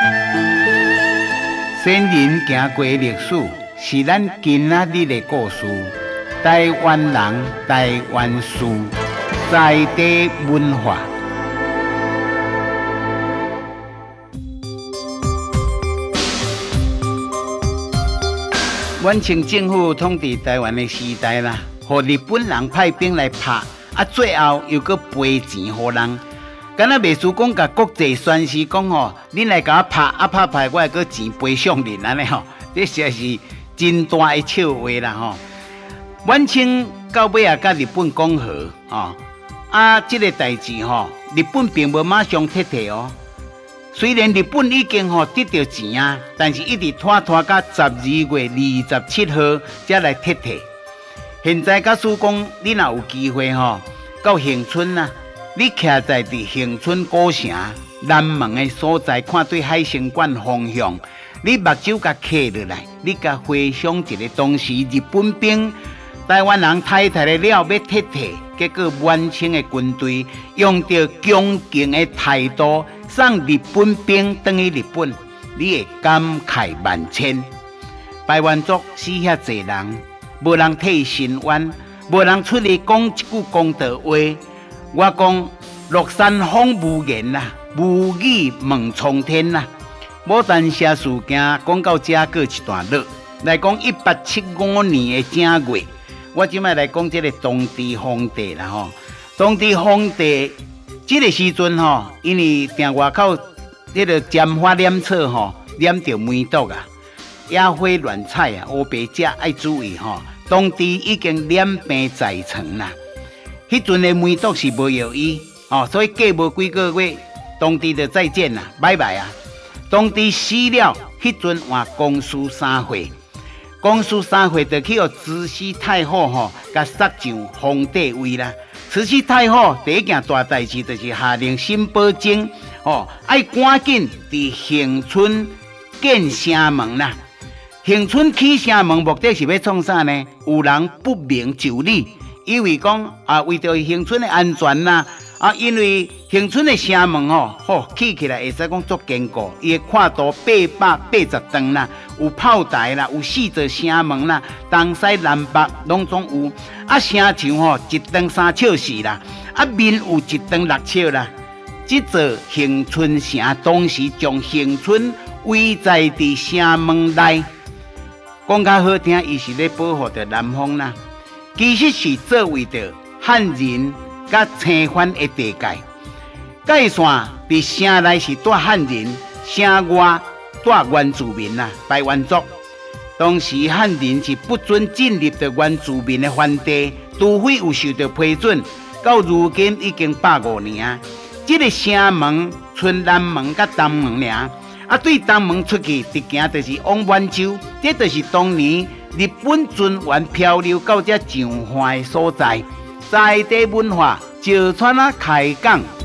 先人行过的历史，是咱今仔日的故事。台湾人、台湾事，在地文化。阮清政府统治台湾的时代啦，互日本人派兵来拍，最后又搁赔钱互人。敢若袂输讲，甲国际宣示讲吼，恁来甲我拍，拍，我还搁钱赔上恁安尼吼，这实在是真大的笑话啦吼。阮清到尾也甲日本讲和这个代志吼，日本并无马上撤退哦。虽然日本已经得到钱啊，但是一直拖到12月27號才来撤退。现在假使讲你若有机会到恒春啊，你徛在恒春古城南门的所在，看对海参馆方向，你目睭甲刻落来，你甲回想一个当时日本兵、台湾人太了要撤退，结果满清的军队用着恭敬的态度送日本兵返去日本，你会感慨万千。台湾族死遐济人，无人替伸冤，无人出来讲一句公道话。我讲落山风无言啦，无语问苍天啦。牡丹社事件讲到这过一段落，来讲1875年的正月，我即摆来讲这个同治皇帝啦吼。同治皇帝这个时阵因为定外口这个沾花染草染到梅毒啊，野花乱采啊，乌白者爱注意当时已经染病在床啦。迄阵的梅毒是无药医所以过无几个月，当时就再见啦，拜拜啊！当时死了，迄阵换光绪3岁，光绪3岁就去慈禧太后甲杀上皇帝位啦。慈禧太后第一件大代志就是下令辛宝珍爱赶紧伫恒春建城门啦。恒春起城门目的是要创啥呢？有人不明就里。以为讲为着恒春的安全啦，因为恒春的城门起来会使讲足坚固，伊的跨度880长啦，有炮台啦，有4座城门啦，东西南北拢总有。城墙一长3尺4啦，面有一长6尺啦。这座恒春城当时将恒春围在城门内，讲较好听，伊是咧保护着南方啦。其实是作为着汉人甲青番的地界，界线伫城内是带汉人，城外带原住民啦，台湾族。当时汉人是不准进入着原住民的番地，除非有受到批准。到如今已经150年，这个城门剩南门甲东门尔。对东门出去直行就是往满洲，这就是当年日本军员漂流到这上岸的所在。在地文化，石川开港